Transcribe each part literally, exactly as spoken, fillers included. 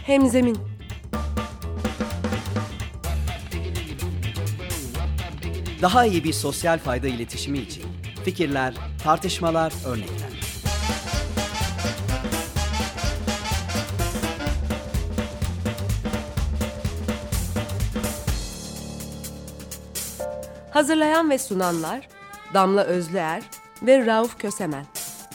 Hemzemin. Daha iyi bir sosyal fayda iletişimi için fikirler, tartışmalar, örnekler. Hazırlayan ve sunanlar Damla Özlüer ve Rauf Kösemen.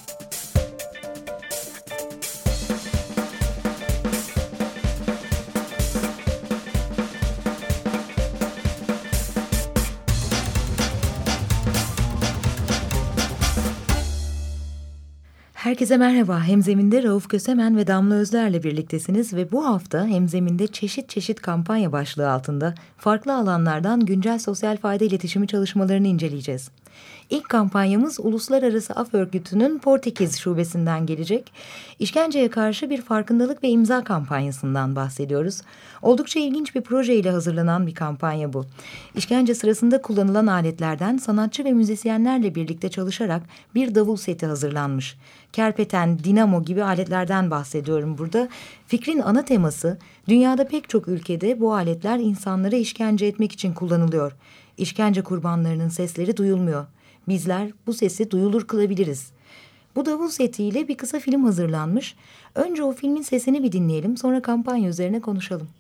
Herkese merhaba. Hemzemin'de Rauf Kösemen ve Damla Özler'le birliktesiniz ve bu hafta Hemzemin'de çeşit çeşit kampanya başlığı altında farklı alanlardan güncel sosyal fayda iletişimi çalışmalarını inceleyeceğiz. İlk kampanyamız Uluslararası Af Örgütü'nün Portekiz şubesinden gelecek. İşkenceye karşı bir farkındalık ve imza kampanyasından bahsediyoruz. Oldukça ilginç bir projeyle hazırlanan bir kampanya bu. İşkence sırasında kullanılan aletlerden sanatçı ve müzisyenlerle birlikte çalışarak bir davul seti hazırlanmış. Kerpeten, dinamo gibi aletlerden bahsediyorum burada. Fikrin ana teması, dünyada pek çok ülkede bu aletler insanlara işkence etmek için kullanılıyor. İşkence kurbanlarının sesleri duyulmuyor. Bizler bu sesi duyulur kılabiliriz. Bu davul setiyle bir kısa film hazırlanmış. Önce o filmin sesini bir dinleyelim, sonra kampanya üzerine konuşalım.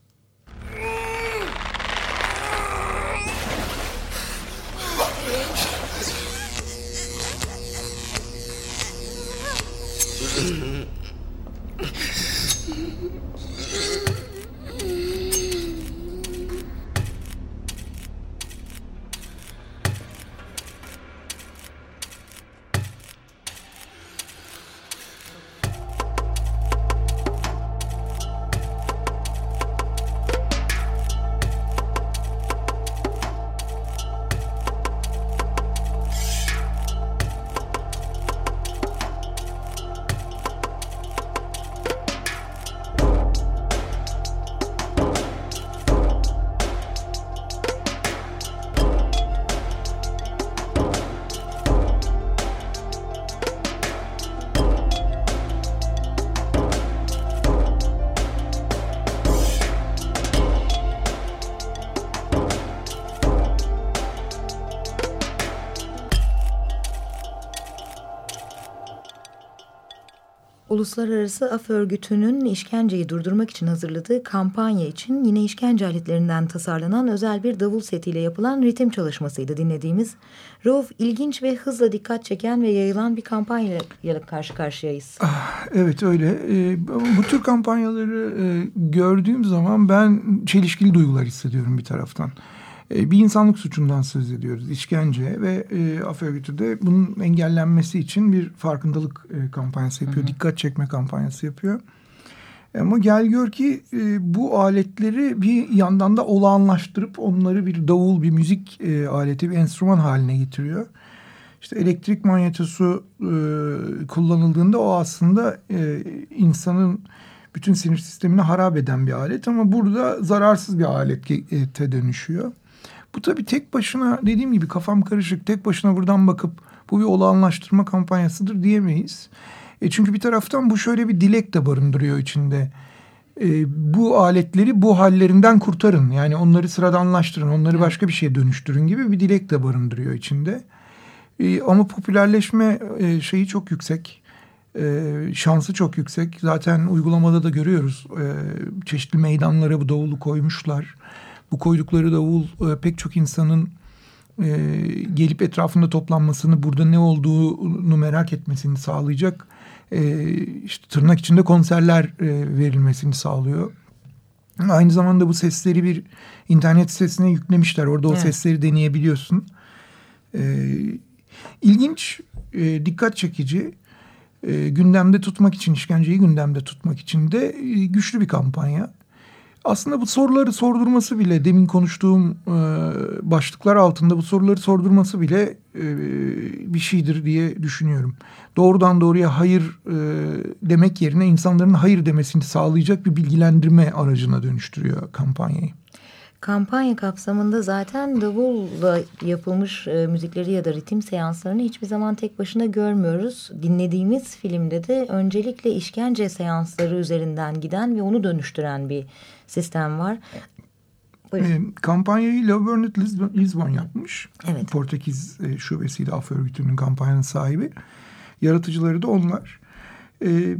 Uluslararası Af Örgütü'nün işkenceyi durdurmak için hazırladığı kampanya için yine işkence aletlerinden tasarlanan özel bir davul setiyle yapılan ritim çalışmasıydı dinlediğimiz. Rauf, ilginç ve hızla dikkat çeken ve yayılan bir kampanyayla karşı karşıyayız. Ah, evet öyle. Ee, bu tür kampanyaları e, gördüğüm zaman ben çelişkili duygular hissediyorum bir taraftan. Bir insanlık suçundan söz ediyoruz, işkence ve e, Af Örgütü de bunun engellenmesi için bir farkındalık e, kampanyası yapıyor, hı hı. Dikkat çekme kampanyası yapıyor. Ama gel gör ki e, bu aletleri bir yandan da olağanlaştırıp onları bir davul, bir müzik e, aleti, bir enstrüman haline getiriyor. İşte elektrik manyetosu e, kullanıldığında o aslında e, insanın bütün sinir sistemini harap eden bir alet ama burada zararsız bir alete dönüşüyor. Bu tabii tek başına, dediğim gibi kafam karışık, tek başına buradan bakıp bu bir olağanlaştırma kampanyasıdır diyemeyiz. E çünkü bir taraftan bu şöyle bir dilek de barındırıyor içinde. E, bu aletleri bu hallerinden kurtarın. Yani onları sıradanlaştırın, onları başka bir şeye dönüştürün gibi bir dilek de barındırıyor içinde. E, ama popülerleşme e, şeyi çok yüksek. E, şansı çok yüksek. Zaten uygulamada da görüyoruz. E, çeşitli meydanlara bu davulu koymuşlar. Bu koydukları davul e, pek çok insanın e, gelip etrafında toplanmasını, burada ne olduğunu merak etmesini sağlayacak. E, işte tırnak içinde konserler e, verilmesini sağlıyor. Aynı zamanda bu sesleri bir internet sitesine yüklemişler. Orada o evet. sesleri deneyebiliyorsun. E, ilginç, e, dikkat çekici. E, gündemde tutmak için, işkenceyi gündemde tutmak için de e, güçlü bir kampanya. Aslında bu soruları sordurması bile, demin konuştuğum e, başlıklar altında bu soruları sordurması bile e, bir şeydir diye düşünüyorum. Doğrudan doğruya hayır e, demek yerine insanların hayır demesini sağlayacak bir bilgilendirme aracına dönüştürüyor kampanyayı. Kampanya kapsamında zaten davulla yapılmış e, müzikleri ya da ritim seanslarını hiçbir zaman tek başına görmüyoruz. Dinlediğimiz filmde de öncelikle işkence seansları üzerinden giden ve onu dönüştüren bir sistem var. E, kampanyayı La Burnett Lisbon, Lisbon yapmış. Evet. Portekiz e, şubesiydi af örgütünün kampanyanın sahibi. Yaratıcıları da onlar. E,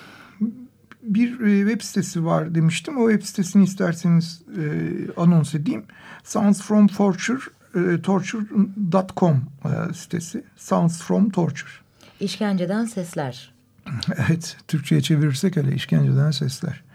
bir e, web sitesi var demiştim. O web sitesini isterseniz e, anons edeyim. Sounds from Torture, e, torture dot com e, sitesi. Sounds from Torture. İşkenceden sesler. Evet, Türkçe'ye çevirirsek öyle, işkenceden sesler.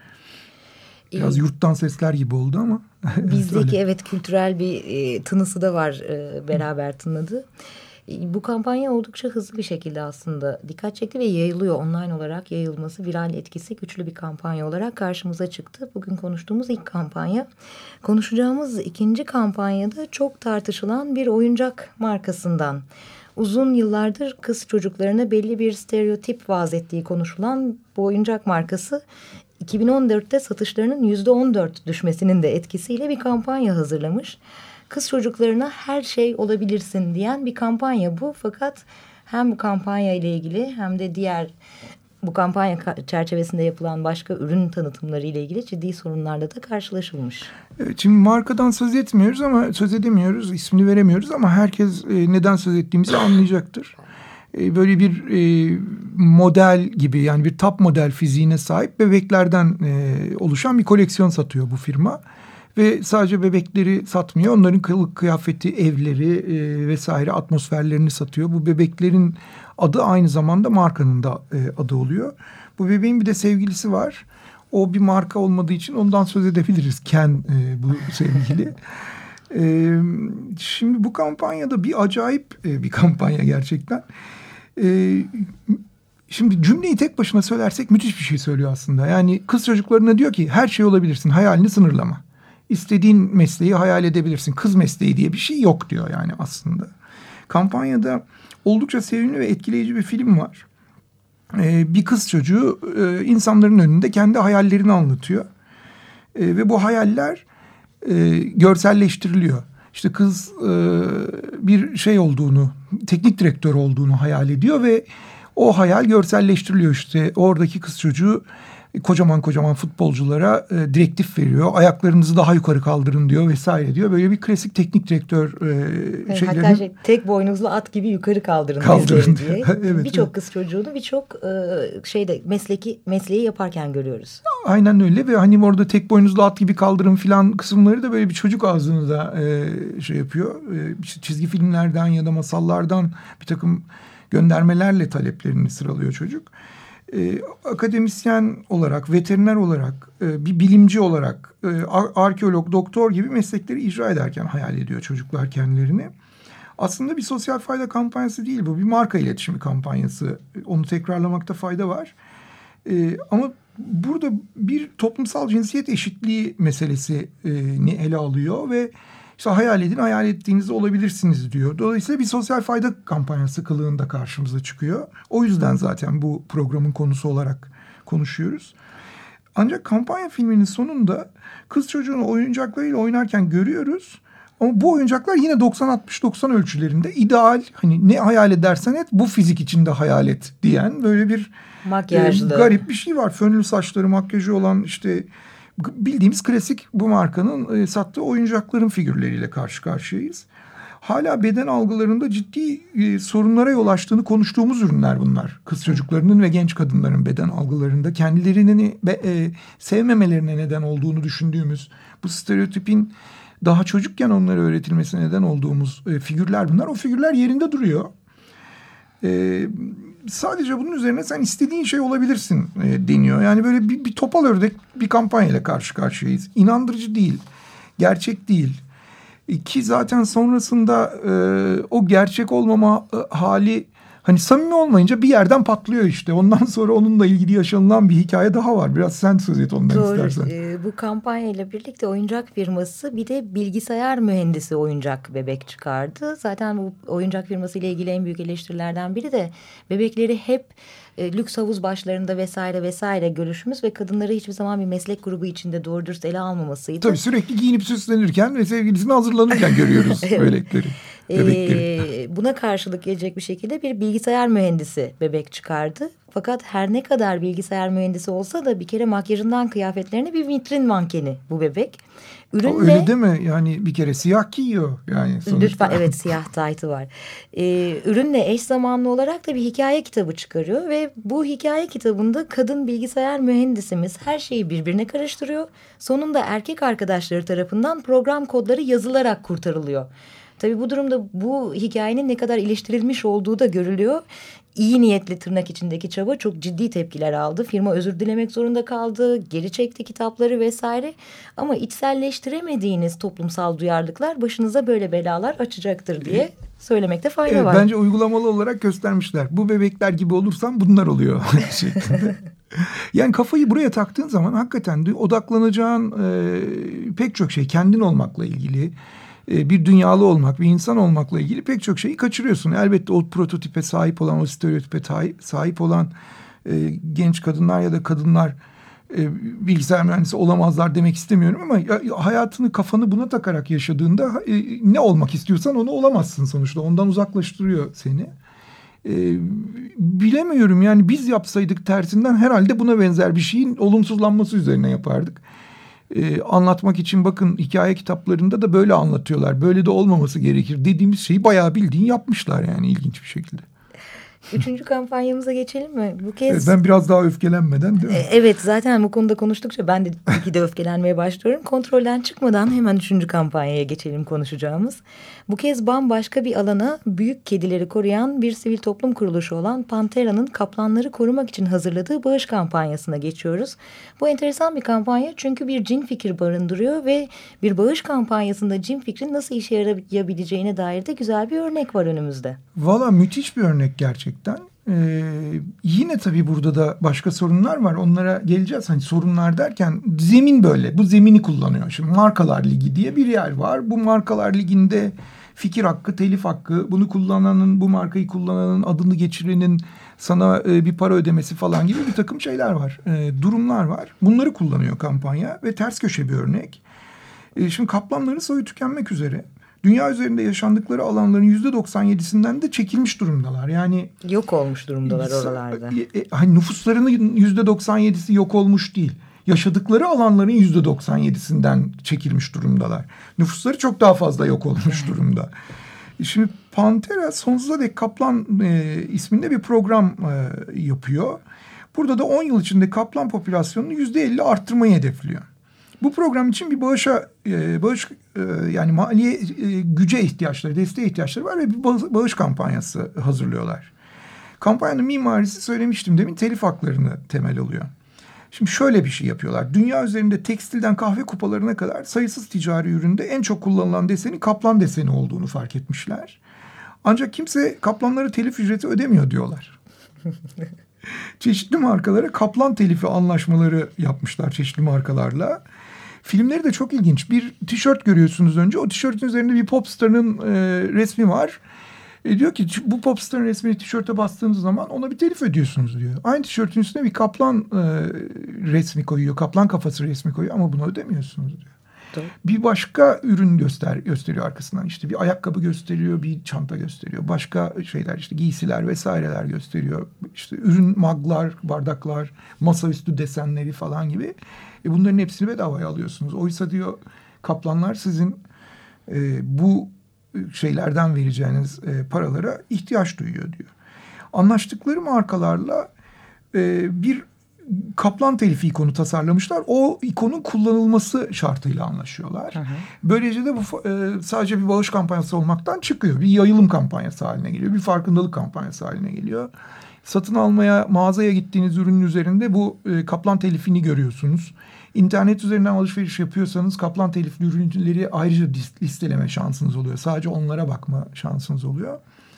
Biraz ee, yurttan sesler gibi oldu ama. Bizdeki evet kültürel bir e, tınısı da var e, beraber tınladı. E, bu kampanya oldukça hızlı bir şekilde aslında dikkat çekti ve yayılıyor. Online olarak yayılması, viral etkisi güçlü bir kampanya olarak karşımıza çıktı. Bugün konuştuğumuz ilk kampanya. Konuşacağımız ikinci kampanyada çok tartışılan bir oyuncak markasından. Uzun yıllardır kız çocuklarına belli bir stereotip vaaz ettiği konuşulan bu oyuncak markası iki bin on dörtte satışlarının yüzde on dört düşmesinin de etkisiyle bir kampanya hazırlamış. Kız çocuklarına her şey olabilirsin diyen bir kampanya bu. Fakat hem bu kampanya ile ilgili hem de diğer bu kampanya çerçevesinde yapılan başka ürün tanıtımları ile ilgili ciddi sorunlarla da karşılaşılmış. Evet, şimdi markadan söz etmiyoruz ama söz edemiyoruz, ismini veremiyoruz ama herkes e, neden söz ettiğimizi anlayacaktır. E, böyle bir e, model gibi, yani bir top model fiziğine sahip bebeklerden e, oluşan bir koleksiyon satıyor bu firma. Ve sadece bebekleri satmıyor, onların kılık kıyafeti, evleri e, vesaire atmosferlerini satıyor. Bu bebeklerin adı aynı zamanda markanın da e, adı oluyor. Bu bebeğin bir de sevgilisi var. O bir marka olmadığı için ondan söz edebiliriz. Ken e, bu sevgili. e, şimdi bu kampanyada bir acayip e, bir kampanya gerçekten. E, şimdi cümleyi tek başına söylersek müthiş bir şey söylüyor aslında. Yani kız çocuklarına diyor ki her şey olabilirsin, hayalini sınırlama. İstediğin mesleği hayal edebilirsin. Kız mesleği diye bir şey yok diyor yani aslında. Kampanyada oldukça sevimli ve etkileyici bir film var. Ee, bir kız çocuğu e, insanların önünde kendi hayallerini anlatıyor. E, ve bu hayaller e, görselleştiriliyor. İşte kız e, bir şey olduğunu, teknik direktör olduğunu hayal ediyor ve o hayal görselleştiriliyor. İşte oradaki kız çocuğu kocaman kocaman futbolculara e, direktif veriyor. Ayaklarınızı daha yukarı kaldırın diyor vesaire diyor. Böyle bir klasik teknik direktör e, evet, şeylerini... Hatta şey, tek boynuzlu at gibi yukarı kaldırın, kaldırın diye. evet, birçok evet. kız çocuğunu birçok e, şeyde mesleki mesleği yaparken görüyoruz. Aynen öyle ve hani orada tek boynuzlu at gibi kaldırın filan kısımları da böyle bir çocuk ağzını da e, şey yapıyor. E, işte çizgi filmlerden ya da masallardan bir takım göndermelerle taleplerini sıralıyor çocuk. Ee, akademisyen olarak, veteriner olarak, e, bir bilimci olarak, e, ar- arkeolog, doktor gibi meslekleri icra ederken hayal ediyor çocuklar kendilerini. Aslında bir sosyal fayda kampanyası değil bu, bir marka iletişimi kampanyası. Onu tekrarlamakta fayda var. E, ama burada bir toplumsal cinsiyet eşitliği meselesini ele alıyor ve İşte hayal edin, hayal ettiğinizde olabilirsiniz diyor. Dolayısıyla bir sosyal fayda kampanyası kılığında karşımıza çıkıyor. O yüzden zaten bu programın konusu olarak konuşuyoruz. Ancak kampanya filminin sonunda kız çocuğunu oyuncaklarıyla oynarken görüyoruz. Ama bu oyuncaklar yine doksan altmış doksan ölçülerinde ideal, hani ne hayal edersen et bu fizik içinde hayal et diyen böyle bir makyajlı e, garip bir şey var. Fönlü saçları, makyajı olan işte... Bildiğimiz klasik bu markanın e, sattığı oyuncakların figürleriyle karşı karşıyayız. Hala beden algılarında ciddi e, sorunlara yol açtığını konuştuğumuz ürünler bunlar. Kız çocuklarının ve genç kadınların beden algılarında kendilerini be, e, sevmemelerine neden olduğunu düşündüğümüz, bu stereotipin daha çocukken onlara öğretilmesine neden olduğumuz e, figürler bunlar. O figürler yerinde duruyor. E, sadece bunun üzerine sen istediğin şey olabilirsin e, deniyor. Yani böyle bir, bir topal ördek bir kampanyayla karşı karşıyayız. İnandırıcı değil, gerçek değil. E, ki zaten sonrasında e, o gerçek olmama e, hali Hani samimi olmayınca bir yerden patlıyor işte. Ondan sonra onunla ilgili yaşanılan bir hikaye daha var. Biraz sen söz et ondan Doğru. istersen. Ee, bu kampanyayla birlikte oyuncak firması bir de bilgisayar mühendisi oyuncak bebek çıkardı. Zaten bu oyuncak firması ile ilgili en büyük eleştirilerden biri de bebekleri hep e, lüks havuz başlarında vesaire vesaire görüşümüz ve kadınları hiçbir zaman bir meslek grubu içinde doğru dürüst ele almamasıydı. Tabii sürekli giyinip süslenirken ve sevgilisine hazırlanırken görüyoruz evet. bebekleri. Ee, buna karşılık gelecek bir şekilde bir bilgisayar mühendisi bebek çıkardı. Fakat her ne kadar bilgisayar mühendisi olsa da bir kere makyajından kıyafetlerine bir vitrin mankeni bu bebek. Ürünle, öyle değil mi? Yani bir kere siyah giyiyor. Yani sonuçta. Lütfen, evet, siyah taytı var. Ee, ürünle eş zamanlı olarak da bir hikaye kitabı çıkarıyor. Ve bu hikaye kitabında kadın bilgisayar mühendisimiz her şeyi birbirine karıştırıyor. Sonunda erkek arkadaşları tarafından program kodları yazılarak kurtarılıyor. Tabii bu durumda bu hikayenin ne kadar eleştirilmiş olduğu da görülüyor. İyi niyetli tırnak içindeki çaba çok ciddi tepkiler aldı. Firma özür dilemek zorunda kaldı, geri çekti kitapları vesaire. Ama içselleştiremediğiniz toplumsal duyarlılıklar başınıza böyle belalar açacaktır diye söylemekte fayda evet, var. Bence uygulamalı olarak göstermişler. Bu bebekler gibi olursam bunlar oluyor şeklinde. Yani kafayı buraya taktığın zaman hakikaten de odaklanacağın e, pek çok şey kendin olmakla ilgili, e, bir dünyalı olmak, bir insan olmakla ilgili pek çok şeyi kaçırıyorsun. Elbette o prototipe sahip olan, o stereotipe sahip olan e, genç kadınlar ya da kadınlar e, bilgisayar mühendisi olamazlar demek istemiyorum ama ya, hayatını, kafanı buna takarak yaşadığında e, ne olmak istiyorsan onu olamazsın sonuçta. Ondan uzaklaştırıyor seni. E, bilemiyorum yani biz yapsaydık tersinden herhalde buna benzer bir şeyin olumsuzlanması üzerine yapardık. Ee, anlatmak için bakın hikaye kitaplarında da böyle anlatıyorlar. Böyle de olmaması gerekir dediğimiz şeyi bayağı bildiğin yapmışlar yani ilginç bir şekilde. Üçüncü kampanyamıza geçelim mi? Bu kez... Evet, ben biraz daha öfkelenmeden değil mi? Evet, zaten bu konuda konuştukça ben de iki de öfkelenmeye başlıyorum. Kontrolden çıkmadan hemen üçüncü kampanyaya geçelim konuşacağımız. Bu kez bambaşka bir alana büyük kedileri koruyan bir sivil toplum kuruluşu olan Pantera'nın kaplanları korumak için hazırladığı bağış kampanyasına geçiyoruz. Bu enteresan bir kampanya çünkü bir cin fikir barındırıyor ve bir bağış kampanyasında cin fikrin nasıl işe yarayabileceğine dair de güzel bir örnek var önümüzde. Valla müthiş bir örnek gerçekten. Ee, yine tabii burada da başka sorunlar var. Onlara geleceğiz. Hani sorunlar derken zemin böyle. Bu zemini kullanıyor. Şimdi Markalar Ligi diye bir yer var. Bu Markalar Ligi'nde fikir hakkı, telif hakkı, bunu kullananın, bu markayı kullananın, adını geçirenin sana e, bir para ödemesi falan gibi bir takım şeyler var. E, durumlar var. Bunları kullanıyor kampanya ve ters köşe bir örnek. E, şimdi kaplanların soyu tükenmek üzere. Dünya üzerinde yaşandıkları alanların yüzde doksan yedisinden de çekilmiş durumdalar. Yani yok olmuş durumdalar oralarda. E, e, hani nüfuslarının yüzde doksan yedisi yok olmuş değil. Yaşadıkları alanların yüzde doksan yedisinden çekilmiş durumdalar. Nüfusları çok daha fazla yok olmuş durumda. Şimdi Pantera sonsuza dek kaplan e, isminde bir program e, yapıyor. Burada da on yıl içinde kaplan popülasyonunu yüzde elli arttırmayı hedefliyor. Bu program için bir bağışa, e, bağış e, yani maliye e, güce ihtiyaçları, desteğe ihtiyaçları var ve bir bağış kampanyası hazırlıyorlar. Kampanyanın mimarisi söylemiştim demin telif haklarını temel alıyor. Şimdi şöyle bir şey yapıyorlar. Dünya üzerinde tekstilden kahve kupalarına kadar sayısız ticari üründe en çok kullanılan deseni kaplan deseni olduğunu fark etmişler. Ancak kimse kaplanlara telif ücreti ödemiyor diyorlar. Çeşitli markalara kaplan telifi anlaşmaları yapmışlar çeşitli markalarla. Filmleri de çok ilginç. Bir tişört görüyorsunuz önce. O tişörtün üzerinde bir popstarın e, resmi var. E, diyor ki bu popstarın resmini tişörte bastığınız zaman ona bir telif ödüyorsunuz diyor. Aynı tişörtün üstüne bir kaplan e, resmi koyuyor. Kaplan kafası resmi koyuyor ama bunu ödemiyorsunuz diyor. Doğru. Bir başka ürün göster gösteriyor arkasından. İşte bir ayakkabı gösteriyor, bir çanta gösteriyor. Başka şeyler işte giysiler vesaireler gösteriyor. İşte ürün, maglar, bardaklar, masaüstü desenleri falan gibi. E bunların hepsini bedavaya alıyorsunuz. Oysa diyor kaplanlar sizin e, bu şeylerden vereceğiniz e, paralara ihtiyaç duyuyor diyor. Anlaştıkları markalarla e, bir kaplan telifi ikonu tasarlamışlar. O ikonun kullanılması şartıyla anlaşıyorlar. Hı hı. Böylece de bu e, sadece bir bağış kampanyası olmaktan çıkıyor. Bir yayılım kampanyası haline geliyor. Bir farkındalık kampanyası haline geliyor. Satın almaya, mağazaya gittiğiniz ürünün üzerinde bu e, kaplan telifini görüyorsunuz. İnternet üzerinden alışveriş yapıyorsanız kaplan telifli ürünleri ayrıca listeleme şansınız oluyor. Sadece onlara bakma şansınız oluyor.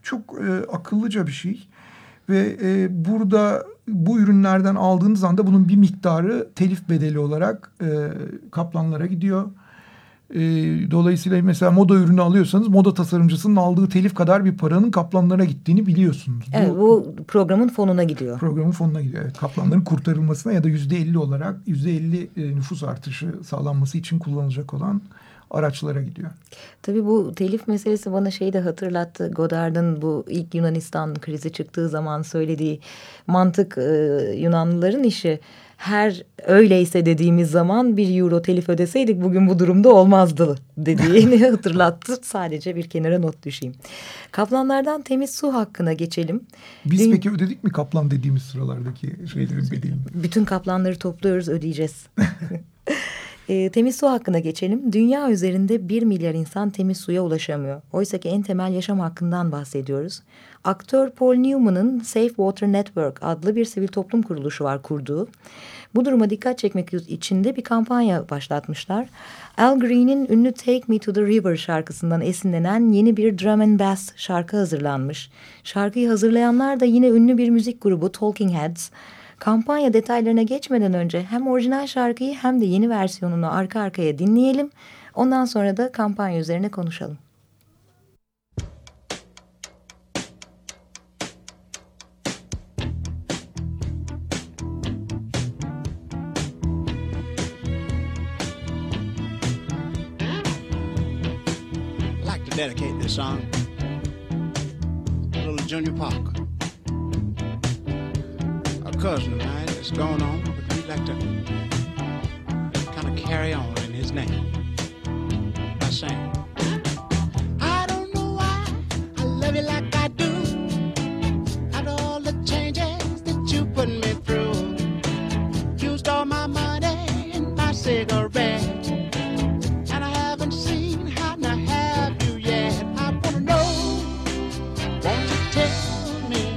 çok e, akıllıca bir şey. Ve e, burada bu ürünlerden aldığınız anda bunun bir miktarı telif bedeli olarak e, Kaplanlara gidiyor. E, dolayısıyla mesela moda ürünü alıyorsanız moda tasarımcısının aldığı telif kadar bir paranın Kaplanlara gittiğini biliyorsunuz. Evet, bu, bu programın fonuna gidiyor. Programın fonuna gidiyor. Evet, Kaplanların kurtarılmasına ya da yüzde elli olarak yüzde elli nüfus artışı sağlanması için kullanılacak olan araçlara gidiyor. Tabii bu telif meselesi bana şeyi de hatırlattı. Godard'ın bu ilk Yunanistan krizi çıktığı zaman söylediği mantık, e, Yunanlıların işi. Her öyleyse dediğimiz zaman bir euro telif ödeseydik bugün bu durumda olmazdı dediğini hatırlattı. Sadece bir kenara not düşeyim. Kaplanlardan temiz su hakkına geçelim. Biz Dün... peki ödedik mi kaplan dediğimiz sıralardaki şeylerin bedelini? Bütün kaplanları topluyoruz, ödeyeceğiz. E, temiz su hakkına geçelim. Dünya üzerinde bir milyar insan temiz suya ulaşamıyor. Oysa ki en temel yaşam hakkından bahsediyoruz. Aktör Paul Newman'ın Safe Water Network adlı bir sivil toplum kuruluşu var kurduğu. Bu duruma dikkat çekmek için de bir kampanya başlatmışlar. Al Green'in ünlü Take Me to the River şarkısından esinlenen yeni bir drum and bass şarkı hazırlanmış. Şarkıyı hazırlayanlar da yine ünlü bir müzik grubu Talking Heads. Kampanya detaylarına geçmeden önce hem orijinal şarkıyı hem de yeni versiyonunu arka arkaya dinleyelim. Ondan sonra da kampanya üzerine konuşalım. I'd like to dedicate this song to little Junior Parker. Cousin of mine that's going on, but we'd like to kind of carry on in his name by saying, I don't know why I love you like I do. After all the changes that you put me through, used all my money and my cigarettes, and I haven't seen how to have you yet. I wanna know, won't you tell me?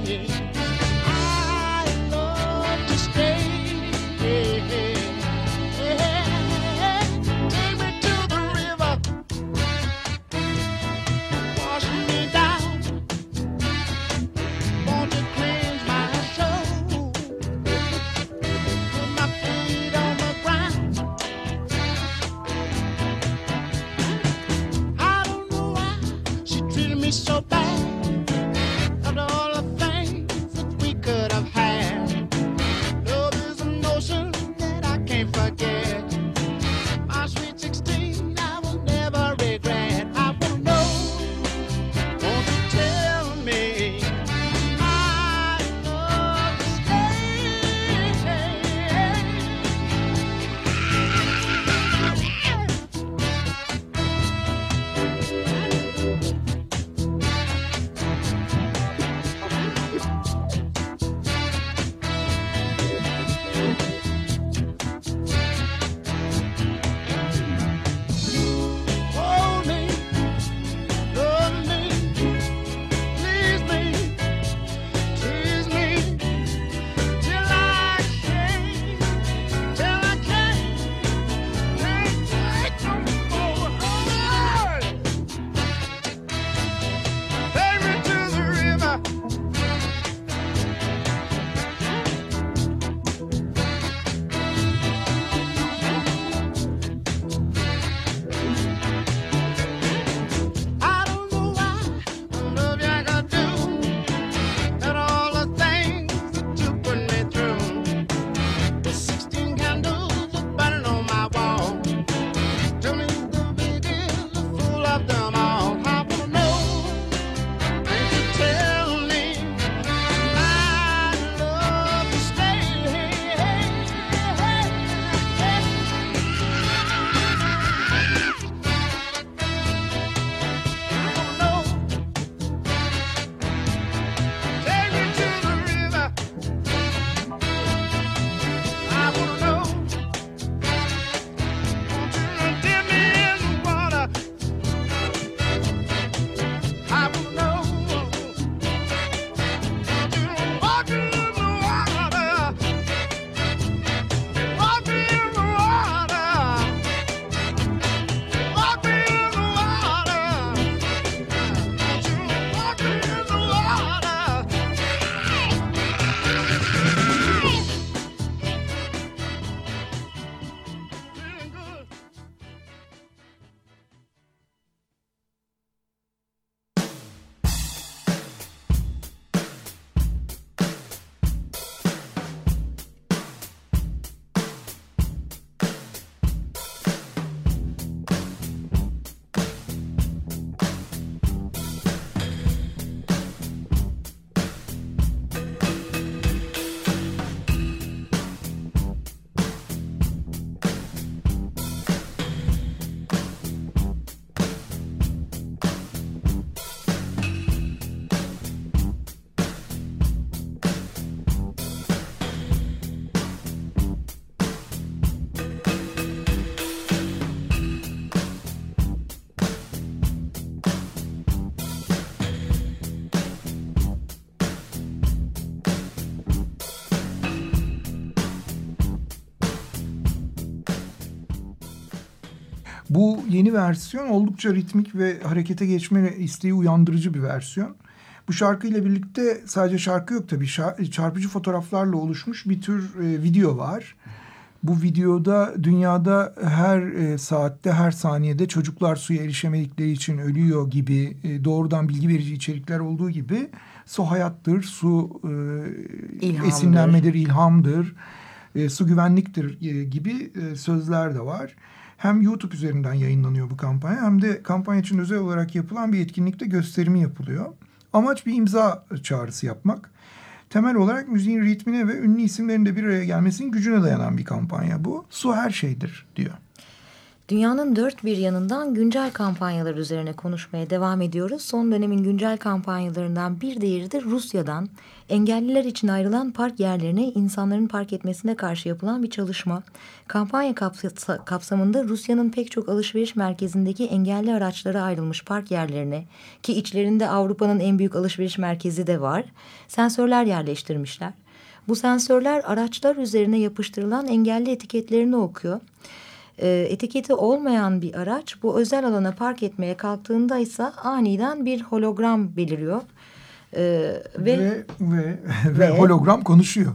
Bu yeni versiyon oldukça ritmik ve harekete geçme isteği uyandırıcı bir versiyon. Bu şarkıyla birlikte sadece şarkı yok tabii. Çarpıcı fotoğraflarla oluşmuş bir tür e, video var. Bu videoda dünyada her e, saatte, her saniyede çocuklar suya erişemedikleri için ölüyor gibi e, doğrudan bilgi verici içerikler olduğu gibi su hayattır, su e, esinlenmedir, ilhamdır, e, su güvenliktir e, gibi e, sözler de var. Hem YouTube üzerinden yayınlanıyor bu kampanya hem de kampanya için özel olarak yapılan bir etkinlikte gösterimi yapılıyor. Amaç bir imza çağrısı yapmak. Temel olarak müziğin ritmine ve ünlü isimlerin de bir araya gelmesinin gücüne dayanan bir kampanya bu. Su her şeydir diyor. Dünyanın dört bir yanından güncel kampanyalar üzerine konuşmaya devam ediyoruz. Son dönemin güncel kampanyalarından bir diğeri de Rusya'dan engelliler için ayrılan park yerlerine insanların park etmesine karşı yapılan bir çalışma. Kampanya kaps- kapsamında Rusya'nın pek çok alışveriş merkezindeki engelli araçlara ayrılmış park yerlerine, ki içlerinde Avrupa'nın en büyük alışveriş merkezi de var, sensörler yerleştirmişler. Bu sensörler araçlar üzerine yapıştırılan engelli etiketlerini okuyor. Etiketi olmayan bir araç bu özel alana park etmeye kalktığında ise aniden bir hologram beliriyor. Ee, ve, ve, ve, ve hologram konuşuyor.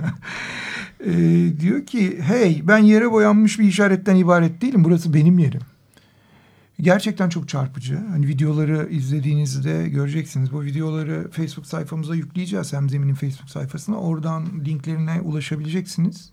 ee, diyor ki hey ben yere boyanmış bir işaretten ibaret değilim, burası benim yerim. Gerçekten çok çarpıcı. Hani videoları izlediğinizde göreceksiniz. Bu videoları Facebook sayfamıza yükleyeceğiz. Hemzemin'in Facebook sayfasına. Oradan linklerine ulaşabileceksiniz.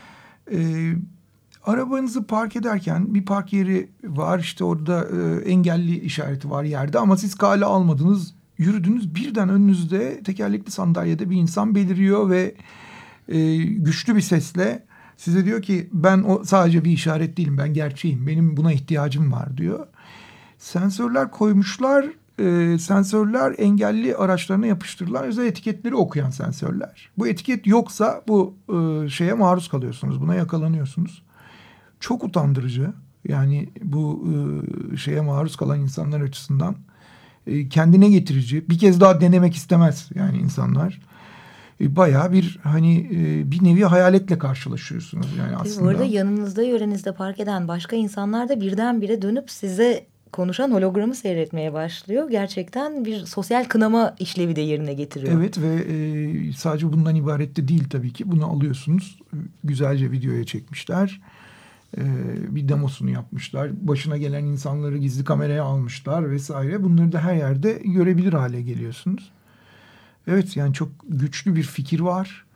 Ee, Arabanızı park ederken bir park yeri var, işte orada e, engelli işareti var yerde ama siz kale almadınız, yürüdünüz, birden önünüzde tekerlekli sandalyede bir insan beliriyor ve e, güçlü bir sesle size diyor ki ben o sadece bir işaret değilim, ben gerçeğim, benim buna ihtiyacım var diyor. Sensörler koymuşlar, e, sensörler engelli araçlarına yapıştırılan özel etiketleri okuyan sensörler. Bu etiket yoksa bu e, şeye maruz kalıyorsunuz, buna yakalanıyorsunuz. Çok utandırıcı. Yani bu e, şeye maruz kalan insanlar açısından e, kendine getirici. Bir kez daha denemek istemez yani insanlar. E, bayağı bir hani e, bir nevi hayaletle karşılaşıyorsunuz yani aslında. Bu arada yanınızda, yörenizde park eden başka insanlar da birdenbire dönüp size konuşan hologramı seyretmeye başlıyor. Gerçekten bir sosyal kınama işlevi de yerine getiriyor. Evet ve e, sadece bundan ibaret de değil tabii ki. Bunu alıyorsunuz. Güzelce videoya çekmişler. Bir demosunu yapmışlar. Başına gelen insanları gizli kameraya almışlar vesaire. Bunları da her yerde görebilir hale geliyorsunuz. Evet yani çok güçlü bir fikir var.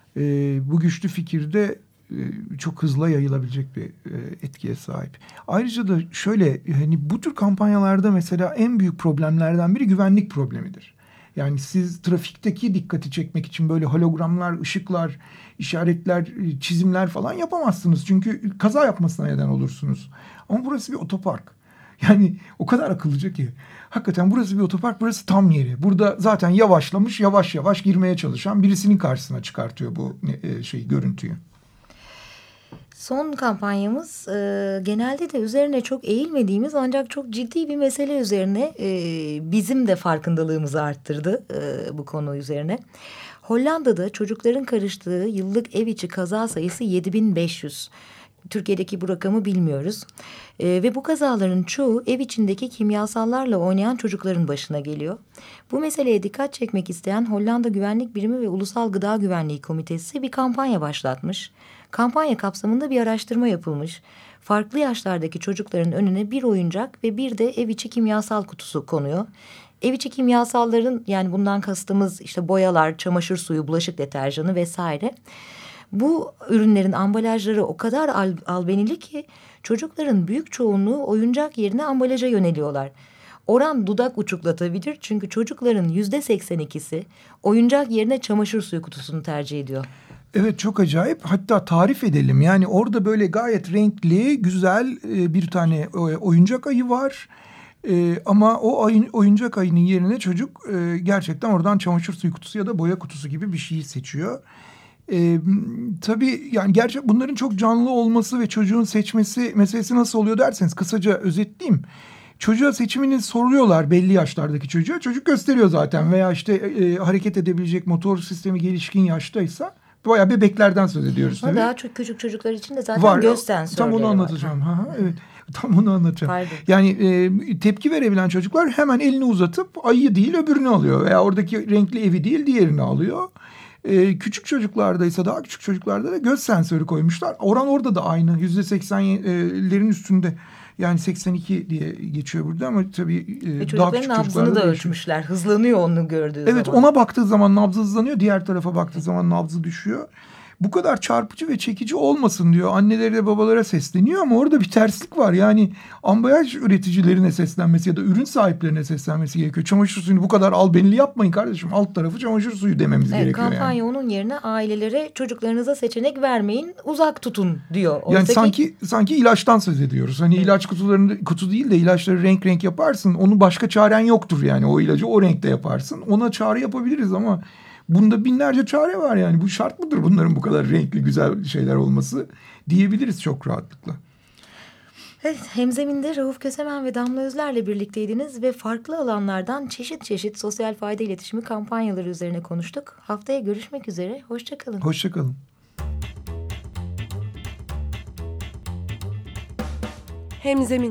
Bu güçlü fikirde çok hızlı yayılabilecek bir etkiye sahip. Ayrıca da şöyle hani bu tür kampanyalarda mesela en büyük problemlerden biri güvenlik problemidir. Yani siz trafikteki dikkati çekmek için böyle hologramlar, ışıklar, işaretler, çizimler falan yapamazsınız. Çünkü kaza yapmasına neden olursunuz. Ama burası bir otopark. Yani o kadar akıllıca ki. Hakikaten burası bir otopark, burası tam yeri. Burada zaten yavaşlamış, yavaş yavaş girmeye çalışan birisinin karşısına çıkartıyor bu şey görüntüyü. Son kampanyamız e, genelde de üzerine çok eğilmediğimiz ancak çok ciddi bir mesele üzerine e, bizim de farkındalığımızı arttırdı e, bu konu üzerine. Hollanda'da çocukların karıştığı yıllık ev içi kaza sayısı yedi bin beş yüz. Türkiye'deki bu rakamı bilmiyoruz. E, ve bu kazaların çoğu ev içindeki kimyasallarla oynayan çocukların başına geliyor. Bu meseleye dikkat çekmek isteyen Hollanda Güvenlik Birimi ve Ulusal Gıda Güvenliği Komitesi bir kampanya başlatmış. Kampanya kapsamında bir araştırma yapılmış. Farklı yaşlardaki çocukların önüne bir oyuncak ve bir de ev içi kimyasal kutusu konuyor. Ev içi kimyasalların, yani bundan kastımız işte boyalar, çamaşır suyu, bulaşık deterjanı vesaire. Bu ürünlerin ambalajları o kadar al, albenili ki çocukların büyük çoğunluğu oyuncak yerine ambalaja yöneliyorlar. Oran dudak uçuklatabilir çünkü çocukların yüzde seksen ikisi oyuncak yerine çamaşır suyu kutusunu tercih ediyor. Evet, çok acayip. Hatta tarif edelim. Yani orada böyle gayet renkli, güzel bir tane oyuncak ayı var. Ee, ama o ayın, oyuncak ayının yerine çocuk e, gerçekten oradan çamaşır suyu kutusu ya da boya kutusu gibi bir şeyi seçiyor. Ee, tabii yani gerçek bunların çok canlı olması ve çocuğun seçmesi meselesi nasıl oluyor derseniz kısaca özetleyeyim. Çocuğa seçimini soruyorlar belli yaşlardaki çocuğa. Çocuk gösteriyor zaten veya işte e, hareket edebilecek motor sistemi gelişkin yaştaysa bayağı bebeklerden söz ediyoruz tabii. Daha çok küçük çocuklar için de zaten var, göz sensörleri tam onu var. anlatacağım. Ha, evet. Tam onu anlatacağım. Pardon. Yani e, tepki verebilen çocuklar hemen elini uzatıp ayıyı değil öbürünü alıyor. Veya oradaki renkli evi değil diğerini alıyor. E, küçük çocuklarda ise daha küçük çocuklarda da göz sensörü koymuşlar. Oran orada da aynı. yüzde seksenlerin üstünde. Yani seksen iki diye geçiyor burada ama tabii e, Ve daha küçük çocukların nabzını çocuklarda da değişiyor. ölçmüşler. Hızlanıyor onu gördüğü Evet, zaman. ona baktığı zaman nabzı hızlanıyor. Diğer tarafa baktığı zaman nabzı düşüyor. Bu kadar çarpıcı ve çekici olmasın diyor. Anneleri de babalara sesleniyor ama orada bir terslik var. Yani ambalaj üreticilerine seslenmesi ya da ürün sahiplerine seslenmesi gerekiyor. Çamaşır suyunu bu kadar albenili yapmayın kardeşim. Alt tarafı çamaşır suyu dememiz Evet, gerekiyor kampanya yani. onun yerine ailelere çocuklarınıza seçenek vermeyin, uzak tutun diyor. Yani Oysa ki- sanki sanki ilaçtan söz ediyoruz. Hani ilaç kutularını kutu değil de ilaçları renk renk yaparsın. Onun başka çaren yoktur yani. O ilacı o renkte yaparsın. Ona çare yapabiliriz ama bunda binlerce çare var yani. Bu şart mıdır bunların bu kadar renkli güzel şeyler olması diyebiliriz çok rahatlıkla. Evet, Hemzemin'de Rauf Kösemen ve Damla Özler'le birlikteydiniz ve farklı alanlardan çeşit çeşit sosyal fayda iletişimi kampanyaları üzerine konuştuk. Haftaya görüşmek üzere, hoşçakalın. Hoşçakalın. Hemzemin.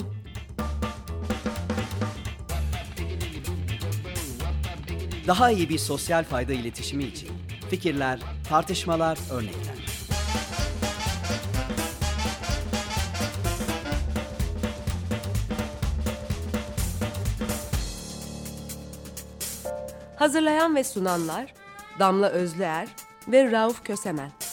Daha iyi bir sosyal fayda iletişimi için fikirler, tartışmalar, örnekler. Hazırlayan ve sunanlar Damla Özler ve Rauf Kösemen.